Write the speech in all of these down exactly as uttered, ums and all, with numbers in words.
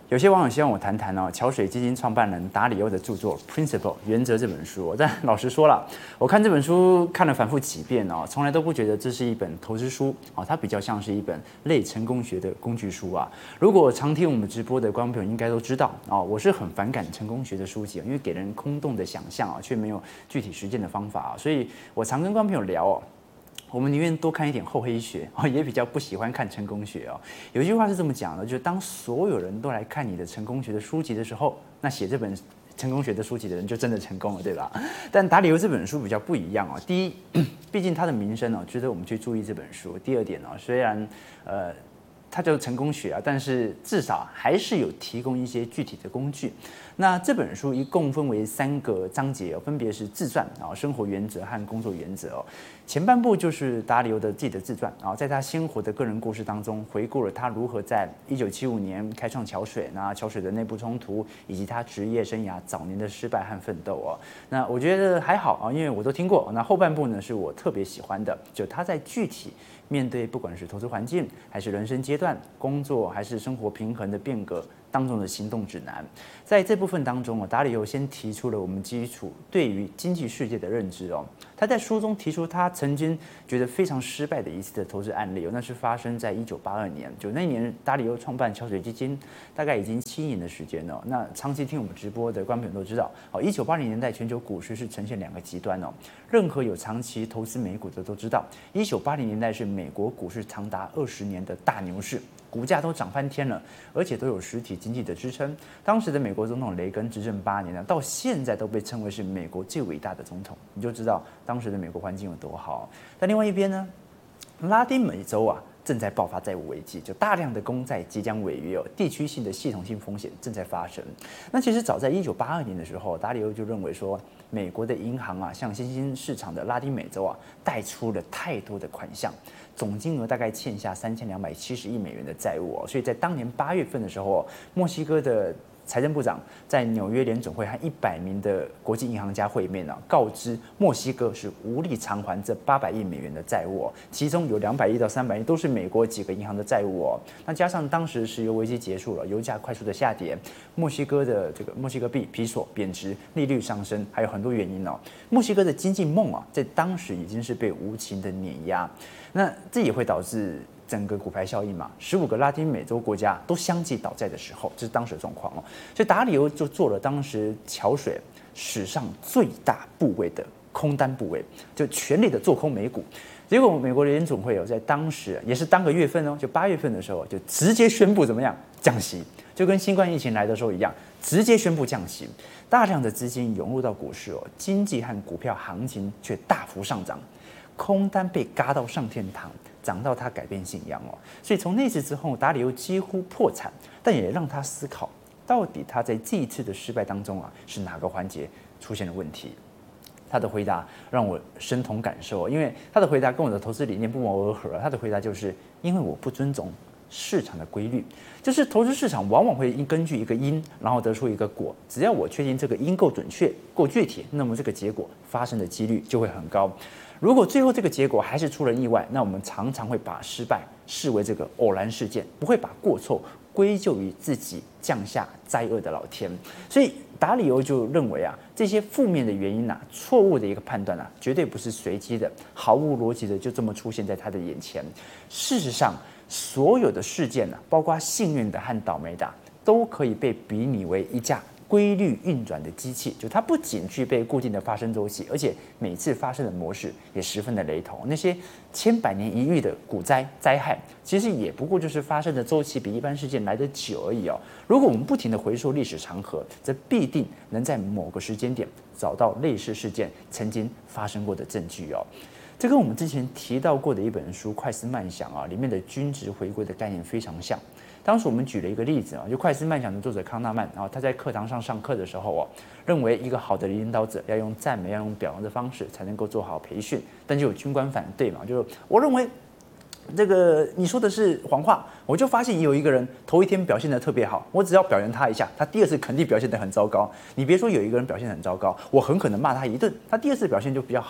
有些网友希望我谈谈哦，桥水基金创办人达里欧的著作《Principle》原则这本书。但老实说了，我看这本书看了反复几遍哦，从来都不觉得这是一本投资书哦，它比较像是一本类成功学的工具书啊。如果常听我们直播的观众朋友应该都知道哦，我是很反感成功学的书籍，因为给人空洞的想象啊，却没有具体实践的方法啊，所以我常跟观众朋友聊哦。我们宁愿多看一点厚黑学哦，也比较不喜欢看成功学哦。有一句话是这么讲的，就是当所有人都来看你的成功学的书籍的时候，那写这本成功学的书籍的人就真的成功了，对吧？但达里欧这本书比较不一样哦。第一，毕竟他的名声哦，值得我们去注意这本书。第二点哦，虽然呃。它叫成功学啊，但是至少还是有提供一些具体的工具。那这本书一共分为三个章节哦，分别是自传啊、生活原则和工作原则哦。前半部就是达里欧的自己的自传啊，在他鲜活的个人故事当中，回顾了他如何在一九七五年开创桥水，那桥水的内部冲突，以及他职业生涯早年的失败和奋斗哦。那我觉得还好啊，因为我都听过。那后半部呢，是我特别喜欢的，就他在具体面对不管是投资环境，还是人生阶段、工作，还是生活平衡的变革当中的行动指南。在这部分当中哦，达里欧先提出了我们基础对于经济世界的认知哦。他在书中提出他曾经觉得非常失败的一次的投资案例哦，那是发生在一九八二年，就那一年达里欧创办桥水基金，大概已经七年的时间了。那长期听我们直播的观众朋友都知道哦，一九八零年代全球股市是呈现两个极端哦。任何有长期投资美股的都知道，一九八零年代是美国股市长达二十年的大牛市。股价都涨翻天了，而且都有实体经济的支撑。当时的美国总统雷根执政八年了，到现在都被称为是美国最伟大的总统，你就知道当时的美国环境有多好。但另外一边呢，拉丁美洲啊正在爆发债务危机，就大量的公债即将违约哦，地区性的系统性风险正在发生。那其实早在一九八二年的时候，达里欧就认为说，美国的银行啊向新兴市场的拉丁美洲啊贷出了太多的款项。总金额大概欠下三千两百七十亿美元的债务哦，所以在当年八月份的时候，墨西哥的财政部长在纽约联总会和一百名的国际银行家会面啊，告知墨西哥是无力偿还这八百亿美元的债务哦，其中有两百亿到三百亿都是美国几个银行的债务哦。那加上当时石油危机结束了，油价快速的下跌，墨西哥的这个墨西哥币比索贬值，利率上升，还有很多原因哦。墨西哥的经济梦啊，在当时已经是被无情的碾压。那这也会导致整个骨牌效应嘛，十五个拉丁美洲国家都相继倒债的时候，这是当时的状况哦。所以达里欧就做了当时桥水史上最大部位的空单部位，就全力的做空美股。结果美国联总会有在当时也是当个月份哦，就八月份的时候就直接宣布怎么样降息，就跟新冠疫情来的时候一样，直接宣布降息。大量的资金涌入到股市哦，经济和股票行情却大幅上涨。空单被嘎到上天堂，涨到他改变信仰哦。所以从那次之后，达里欧几乎破产，但也让他思考，到底他在这一次的失败当中啊，是哪个环节出现了问题？他的回答让我深同感受，因为他的回答跟我的投资理念不谋而合。他的回答就是因为我不尊重市场的规律，就是投资市场往往会根据一个因，然后得出一个果。只要我确定这个因够准确、够具体，那么这个结果发生的几率就会很高。如果最后这个结果还是出了意外，那我们常常会把失败视为这个偶然事件，不会把过错归咎于自己降下灾厄的老天。所以达里欧就认为啊，这些负面的原因啊，错误的一个判断啊，绝对不是随机的、毫无逻辑的就这么出现在他的眼前。事实上，所有的事件啊，包括幸运的和倒霉的，都可以被比拟为一架规律运转的机器，就它不仅具备固定的发生周期，而且每次发生的模式也十分的雷同。那些千百年一遇的股灾灾害，其实也不过就是发生的周期比一般事件来得久而已哦。如果我们不停地回溯历史长河，则必定能在某个时间点找到类似事件曾经发生过的证据哦。这跟我们之前提到过的一本书《快思慢想》啊里面的均值回归的概念非常像。当时我们举了一个例子啊，就《快思慢想》的作者康纳曼啊，他在课堂上上课的时候哦，认为一个好的领导者要用赞美、要用表扬的方式才能够做好培训，但就有军官反对嘛，就我认为这个你说的是谎话，我就发现有一个人头一天表现得特别好，我只要表扬他一下，他第二次肯定表现得很糟糕。你别说有一个人表现得很糟糕，我很可能骂他一顿，他第二次表现就比较好。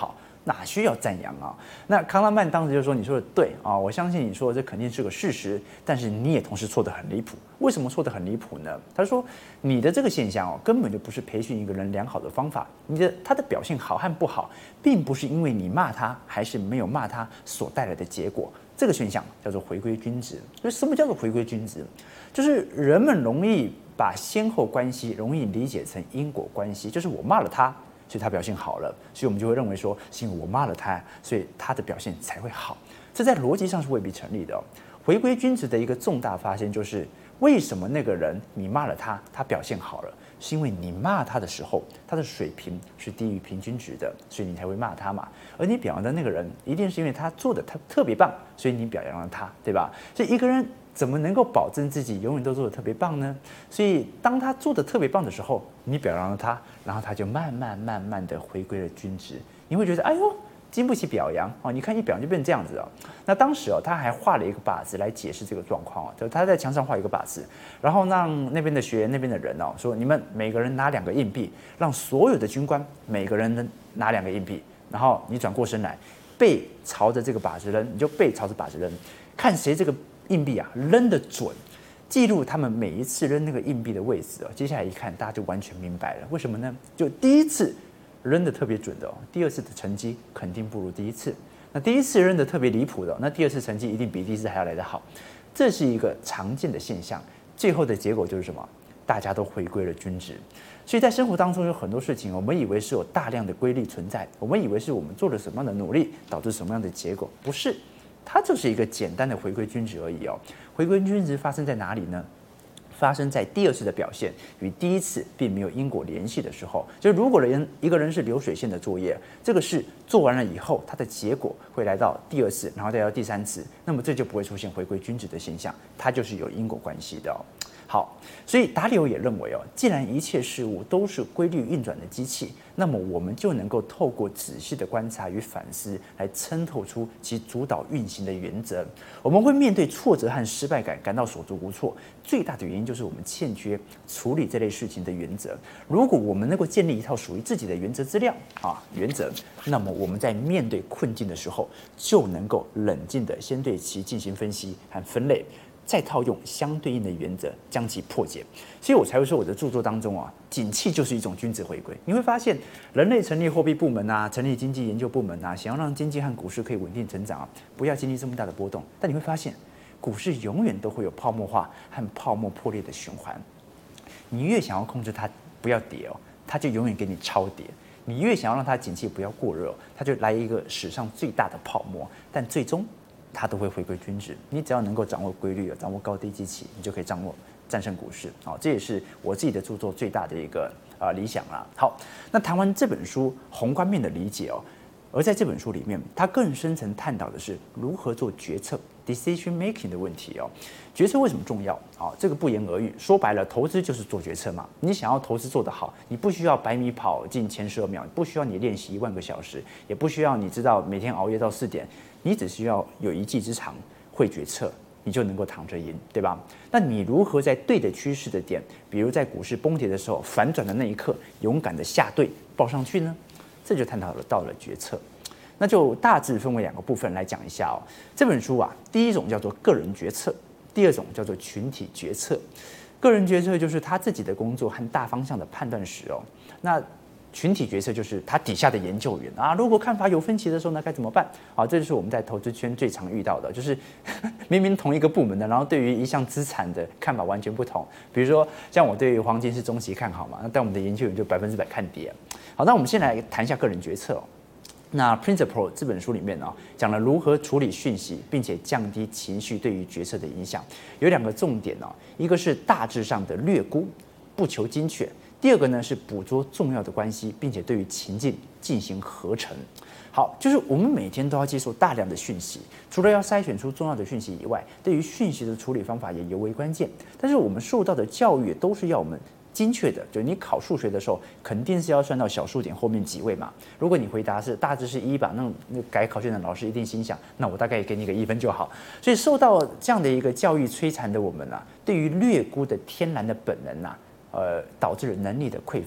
哪需要赞扬啊？那康拉曼当时就说：“你说的对啊，我相信你说的这肯定是个事实，但是你也同时错得很离谱。为什么错得很离谱呢？”他说：“你的这个现象哦，根本就不是培训一个人良好的方法。你的他的表现好和不好，并不是因为你骂他还是没有骂他所带来的结果。这个现象叫做回归均值。所以什么叫做回归均值？就是人们容易把先后关系容易理解成因果关系，就是我骂了他。”所以他表现好了，所以我们就会认为说，是因为我骂了他，所以他的表现才会好。这在逻辑上是未必成立的哦。回归均值的一个重大发现就是，为什么那个人你骂了他，他表现好了，是因为你骂他的时候，他的水平是低于平均值的，所以你才会骂他嘛。而你表扬的那个人，一定是因为他做的他特别棒，所以你表扬了他，对吧？所以一个人怎么能够保证自己永远都做得特别棒呢？所以当他做得特别棒的时候，你表扬了他，然后他就慢慢慢慢的回归了均值。你会觉得，哎呦，经不起表扬哦！你看一表扬就变成这样子哦。那当时哦，他还画了一个靶子来解释这个状况哦，就他在墙上画一个靶子，然后让那边的学员、那边的人哦说，你们每个人拿两个硬币，让所有的军官每个人拿两个硬币，然后你转过身来，背朝着这个靶子扔，你就背朝着靶子扔，看谁这个硬币啊扔得准，记录他们每一次扔那个硬币的位置哦。接下来一看，大家就完全明白了，为什么呢？就第一次扔得特别准的哦，第二次的成绩肯定不如第一次。那第一次扔得特别离谱的哦，那第二次成绩一定比第一次还要来得好。这是一个常见的现象，最后的结果就是什么？大家都回归了均值。所以在生活当中有很多事情，我们以为是有大量的规律存在，我们以为是我们做了什么样的努力导致什么样的结果，不是。它就是一个简单的回归均值而已哦。回归均值发生在哪里呢？发生在第二次的表现与第一次并没有因果联系的时候。就如果人一个人是流水线的作业，这个事做完了以后，它的结果会来到第二次，然后再到第三次，那么这就不会出现回归均值的现象，它就是有因果关系的哦。好，所以达里欧也认为哦，既然一切事物都是规律运转的机器，那么我们就能够透过仔细的观察与反思，来参透出其主导运行的原则。我们会面对挫折和失败感感到手足无措，最大的原因就是我们欠缺处理这类事情的原则。如果我们能够建立一套属于自己的原则资料啊原则，那么我们在面对困境的时候，就能够冷静的先对其进行分析和分类，再套用相对应的原则将其破解。所以我才会说我的著作当中啊，景气就是一种均值回归。你会发现，人类成立货币部门啊，成立经济研究部门啊，想要让经济和股市可以稳定成长啊，不要经历这么大的波动。但你会发现，股市永远都会有泡沫化和泡沫破裂的循环。你越想要控制它不要跌哦，它就永远给你超跌。你越想要让它景气不要过热，它就来一个史上最大的泡沫。但最终它都会回归均值。你只要能够掌握规律，掌握高低基期，你就可以掌握战胜股市。好，这也是我自己的著作最大的一个啊、呃、理想啦。好，那谈完这本书宏观面的理解哦，而在这本书里面，它更深层探讨的是如何做决策 （decision making） 的问题哦。决策为什么重要啊？这个不言而喻。说白了，投资就是做决策嘛。你想要投资做得好，你不需要百米跑进前十二秒，不需要你练习一万个小时，也不需要你知道每天熬夜到四点。你只需要有一技之长，会决策，你就能够躺着赢，对吧？那你如何在对的趋势的点，比如在股市崩跌的时候反转的那一刻，勇敢的下对报上去呢？这就探讨了到了决策。那就大致分为两个部分来讲一下哦。这本书啊，第一种叫做个人决策，第二种叫做群体决策。个人决策就是他自己的工作和大方向的判断时哦，那群体决策就是他底下的研究员啊，如果看法有分歧的时候呢，该怎么办？啊，这就是我们在投资圈最常遇到的，就是明明同一个部门的，然后对于一项资产的看法完全不同。比如说，像我对于黄金是中期看好嘛，那但我们的研究员就百分之百看跌。好，那我们先来谈一下个人决策哦。那《Principle》这本书里面呢、哦，讲了如何处理讯息，并且降低情绪对于决策的影响。有两个重点哦，一个是大致上的略估，不求精确。第二个呢是捕捉重要的关系，并且对于情境进行合成。好，就是我们每天都要接受大量的讯息，除了要筛选出重要的讯息以外，对于讯息的处理方法也尤为关键。但是我们受到的教育都是要我们精确的，就你考数学的时候，肯定是要算到小数点后面几位嘛。如果你回答是大致是一吧，那那改考卷的老师一定心想，那我大概给你个一分就好。所以受到这样的一个教育摧残的我们啊，对于略估的天然的本能啊。呃，导致了能力的匮乏，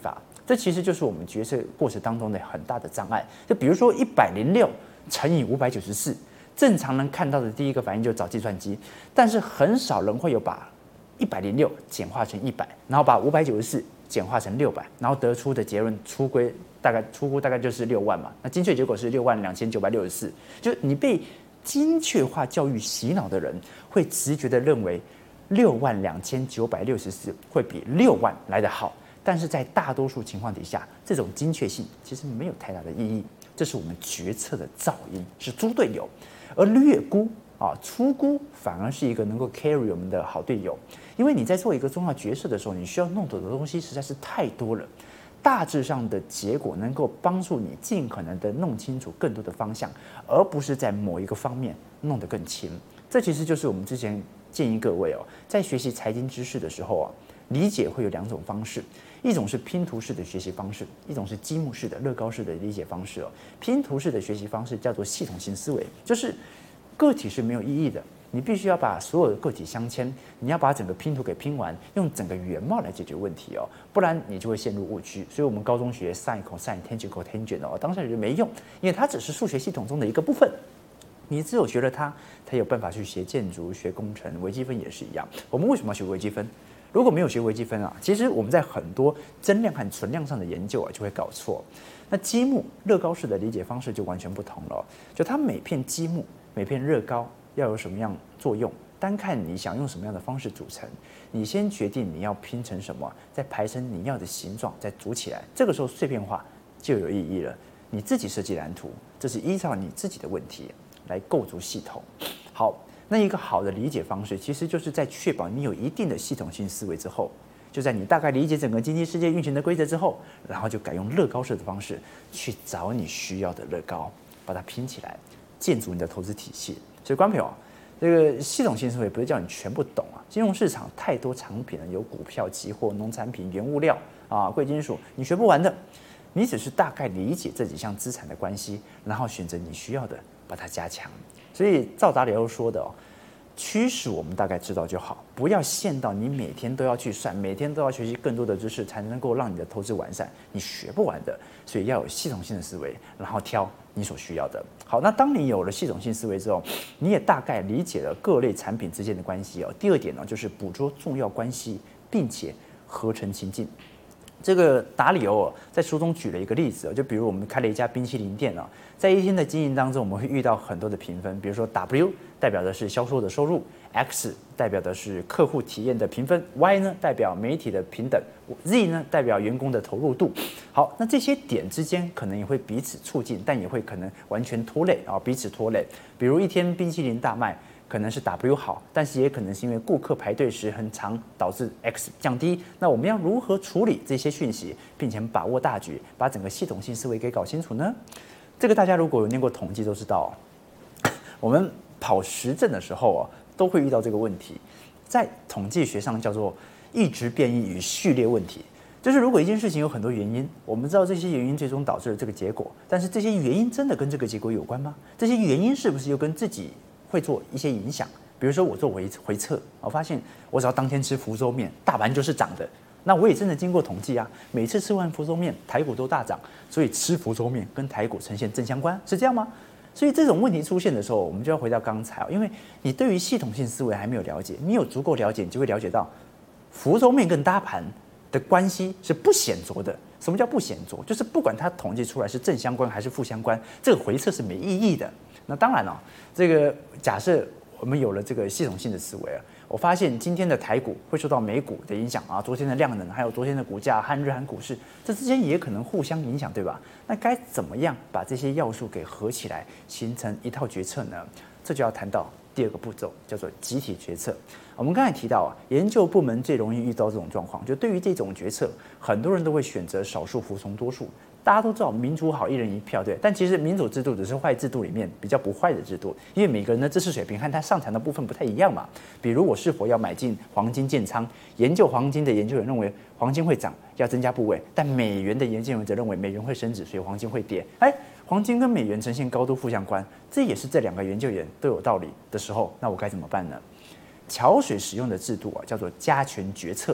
这其实就是我们决策过程当中的很大的障碍。就比如说一百零六乘以五百九十四，正常人看到的第一个反应就是找计算机，但是很少人会有把一百零六简化成一百，然后把五百九十四简化成六百，然后得出的结论出归大概出估大概就是六万嘛。那精确结果是六万两千九百六十四。就你被精确化教育洗脑的人，会直觉的认为六万两千九百六十四会比六万来得好。但是在大多数情况底下，这种精确性其实没有太大的意义，这是我们决策的噪音，是猪队友。而略估啊、粗估反而是一个能够 carry 我们的好队友，因为你在做一个重要决策的时候，你需要弄懂的东西实在是太多了。大致上的结果能够帮助你尽可能的弄清楚更多的方向，而不是在某一个方面弄得更轻。这其实就是我们之前建议各位哦，在学习财经知识的时候啊，理解会有两种方式，一种是拼图式的学习方式，一种是积木式的、乐高式的理解方式哦。拼图式的学习方式叫做系统性思维，就是个体是没有意义的，你必须要把所有的个体镶嵌，你要把整个拼图给拼完，用整个原貌来解决问题哦，不然你就会陷入误区。所以我们高中学 sin、cosine、tangent、cotangent 哦，当下觉得没用，因为它只是数学系统中的一个部分。你只有学了它，才有办法去学建筑、学工程，微积分也是一样。我们为什么要学微积分？如果没有学微积分啊，其实我们在很多增量和存量上的研究啊，就会搞错。那积木乐高式的理解方式就完全不同了，就它每片积木、每片乐高要有什么样作用，单看你想用什么样的方式组成，你先决定你要拼成什么，再排成你要的形状，再组起来。这个时候碎片化就有意义了。你自己设计蓝图，这是依照你自己的问题来构筑系统。好，那一个好的理解方式，其实就是在确保你有一定的系统性思维之后，就在你大概理解整个经济世界运行的规则之后，然后就改用乐高式的方式去找你需要的乐高，把它拼起来，建筑你的投资体系。所以，观众朋友，这个系统性思维不是叫你全部懂啊。金融市场太多产品了，有股票、期货、农产品、原物料啊、贵金属，你学不完的。你只是大概理解这几项资产的关系，然后选择你需要的，把它加强。所以照达里欧说的哦，趋势我们大概知道就好，不要陷到你每天都要去算，每天都要学习更多的知识，才能够让你的投资完善。你学不完的，所以要有系统性的思维，然后挑你所需要的。好，那当你有了系统性思维之后，你也大概理解了各类产品之间的关系哦。第二点呢，就是捕捉重要关系，并且合成情境。这个达里欧在书中举了一个例子，就比如我们开了一家冰淇淋店啊，在一天的经营当中，我们会遇到很多的评分，比如说 W 代表的是销售的收入 ，X 代表的是客户体验的评分 ，Y 呢代表媒体的平等 ，Z 呢代表员工的投入度。好，那这些点之间可能也会彼此促进，但也会可能完全拖累啊，彼此拖累。比如一天冰淇淋大卖，可能是 W 好，但是也可能是因为顾客排队时很长，导致 X 降低。那我们要如何处理这些讯息，并且把握大局，把整个系统性思维给搞清楚呢？这个大家如果有念过统计都知道，我们跑实证的时候啊，都会遇到这个问题，在统计学上叫做一直变异与序列问题。就是如果一件事情有很多原因，我们知道这些原因最终导致了这个结果，但是这些原因真的跟这个结果有关吗？这些原因是不是又跟自己会做一些影响？比如说我做回回测，我发现我只要当天吃福州面，大盘就是涨的。那我也真的经过统计啊，每次吃完福州面，台股都大涨，所以吃福州面跟台股呈现正相关，是这样吗？所以这种问题出现的时候，我们就要回到刚才，因为你对于系统性思维还没有了解，你有足够了解，你就会了解到福州面跟大盘的关系是不显著的。什么叫不显著？就是不管它统计出来是正相关还是负相关，这个回测是没意义的。那当然了、哦，这个假设我们有了这个系统性的思维啊，我发现今天的台股会受到美股的影响啊，昨天的量能还有昨天的股价和日韩股市，这之间也可能互相影响，对吧？那该怎么样把这些要素给合起来，形成一套决策呢？这就要谈到第二个步骤，叫做集体决策。我们刚才提到啊，研究部门最容易遇到这种状况，就对于这种决策，很多人都会选择少数服从多数。大家都知道民主好，一人一票，对，但其实民主制度只是坏制度里面比较不坏的制度，因为每个人的知识水平和他擅长的部分不太一样嘛。比如我是否要买进黄金建仓，研究黄金的研究人认为黄金会涨，要增加部位，但美元的研究人则认为美元会升值，所以黄金会跌。哎，黄金跟美元呈现高度负相关，这也是这两个研究员都有道理的时候，那我该怎么办呢？桥水使用的制度啊，叫做加权决策。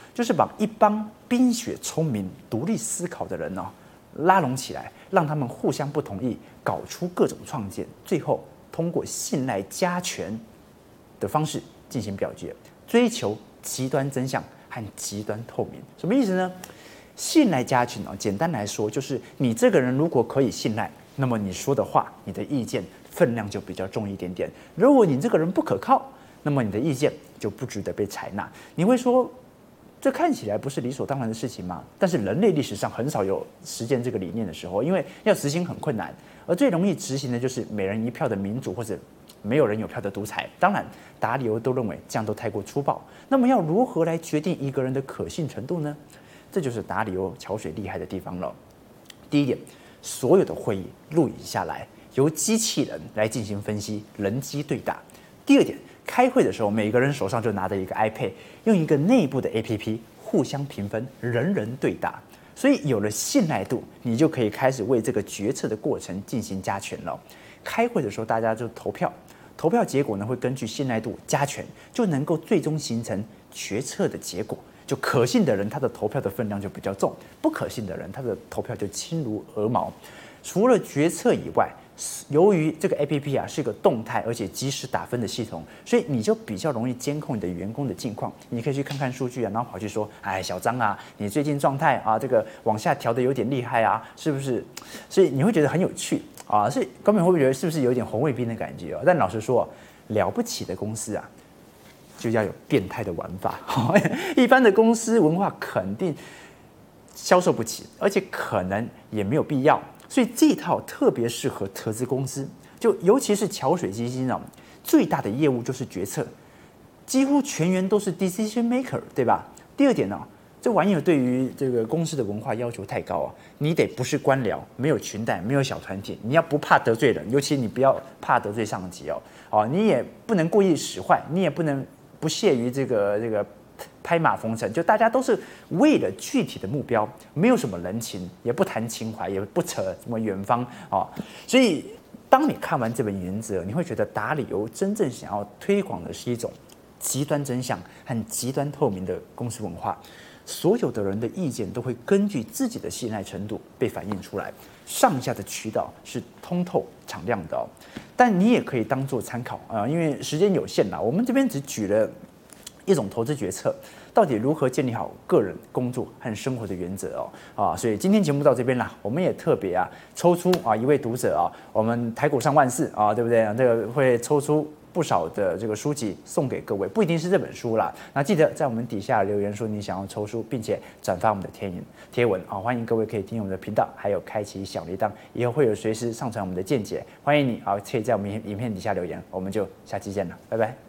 就是把一帮冰雪聪明、独立思考的人哦拉拢起来，让他们互相不同意，搞出各种创建，最后通过信赖加权的方式进行表决，追求极端真相和极端透明。什么意思呢？信赖加权哦，简单来说就是你这个人如果可以信赖，那么你说的话、你的意见分量就比较重一点点。如果你这个人不可靠，那么你的意见就不值得被采纳。你会说，这看起来不是理所当然的事情吗？但是人类历史上很少有实践这个理念的时候，因为要执行很困难，而最容易执行的就是每人一票的民主或者没有人有票的独裁。当然，达里欧都认为这样都太过粗暴。那么要如何来决定一个人的可信程度呢？这就是达里欧桥水厉害的地方了。第一点，所有的会议录影下来，由机器人来进行分析，人机对答。第二点，开会的时候，每个人手上就拿着一个 iPad， 用一个内部的 A P P 互相评分，人人对答。所以有了信赖度，你就可以开始为这个决策的过程进行加权了。开会的时候，大家就投票，投票结果呢会根据信赖度加权，就能够最终形成决策的结果。就可信的人，他的投票的分量就比较重；不可信的人，他的投票就轻如鹅毛。除了决策以外，由于这个 A P P 啊是一个动态而且即时打分的系统，所以你就比较容易监控你的员工的近况。你可以去看看数据啊，然后跑去说：“哎，小张啊，你最近状态啊，这个往下调的有点厉害啊，是不是？”所以你会觉得很有趣啊。所以高敏会不会觉得是不是有点红卫兵的感觉啊？但老实说，了不起的公司啊，就要有变态的玩法。一般的公司文化肯定销售不起，而且可能也没有必要。所以这一套特别适合投资公司，就尤其是桥水基金啊，最大的业务就是决策，几乎全员都是 decision maker， 对吧？第二点呢、啊，这玩意儿对于这个公司的文化要求太高啊，你得不是官僚，没有裙带，没有小团体，你要不怕得罪人，尤其你不要怕得罪上级哦，哦，你也不能故意使坏，你也不能不屑于这个这个。拍马奉承，就大家都是为了具体的目标，没有什么人情，也不谈情怀，也不扯什么远方啊、哦。所以，当你看完这本原则，你会觉得达里欧真正想要推广的是一种极端真相和极端透明的公司文化。所有的人的意见都会根据自己的信赖程度被反映出来，上下的渠道是通透敞亮的哦。但你也可以当做参考啊、呃，因为时间有限啦，我们这边只举了一种投资决策，到底如何建立好个人、工作和生活的原则哦啊，所以今天节目到这边啦，我们也特别啊抽出啊一位读者啊，我们台股上万事啊，对不对？这个会抽出不少的这个书籍送给各位，不一定是这本书啦。那记得在我们底下留言说你想要抽书，并且转发我们的贴文贴文啊，欢迎各位可以订阅我们的频道，还有开启小铃铛，以后会有随时上传我们的见解，欢迎你啊，可以在我们影片底下留言，我们就下期见了，拜拜。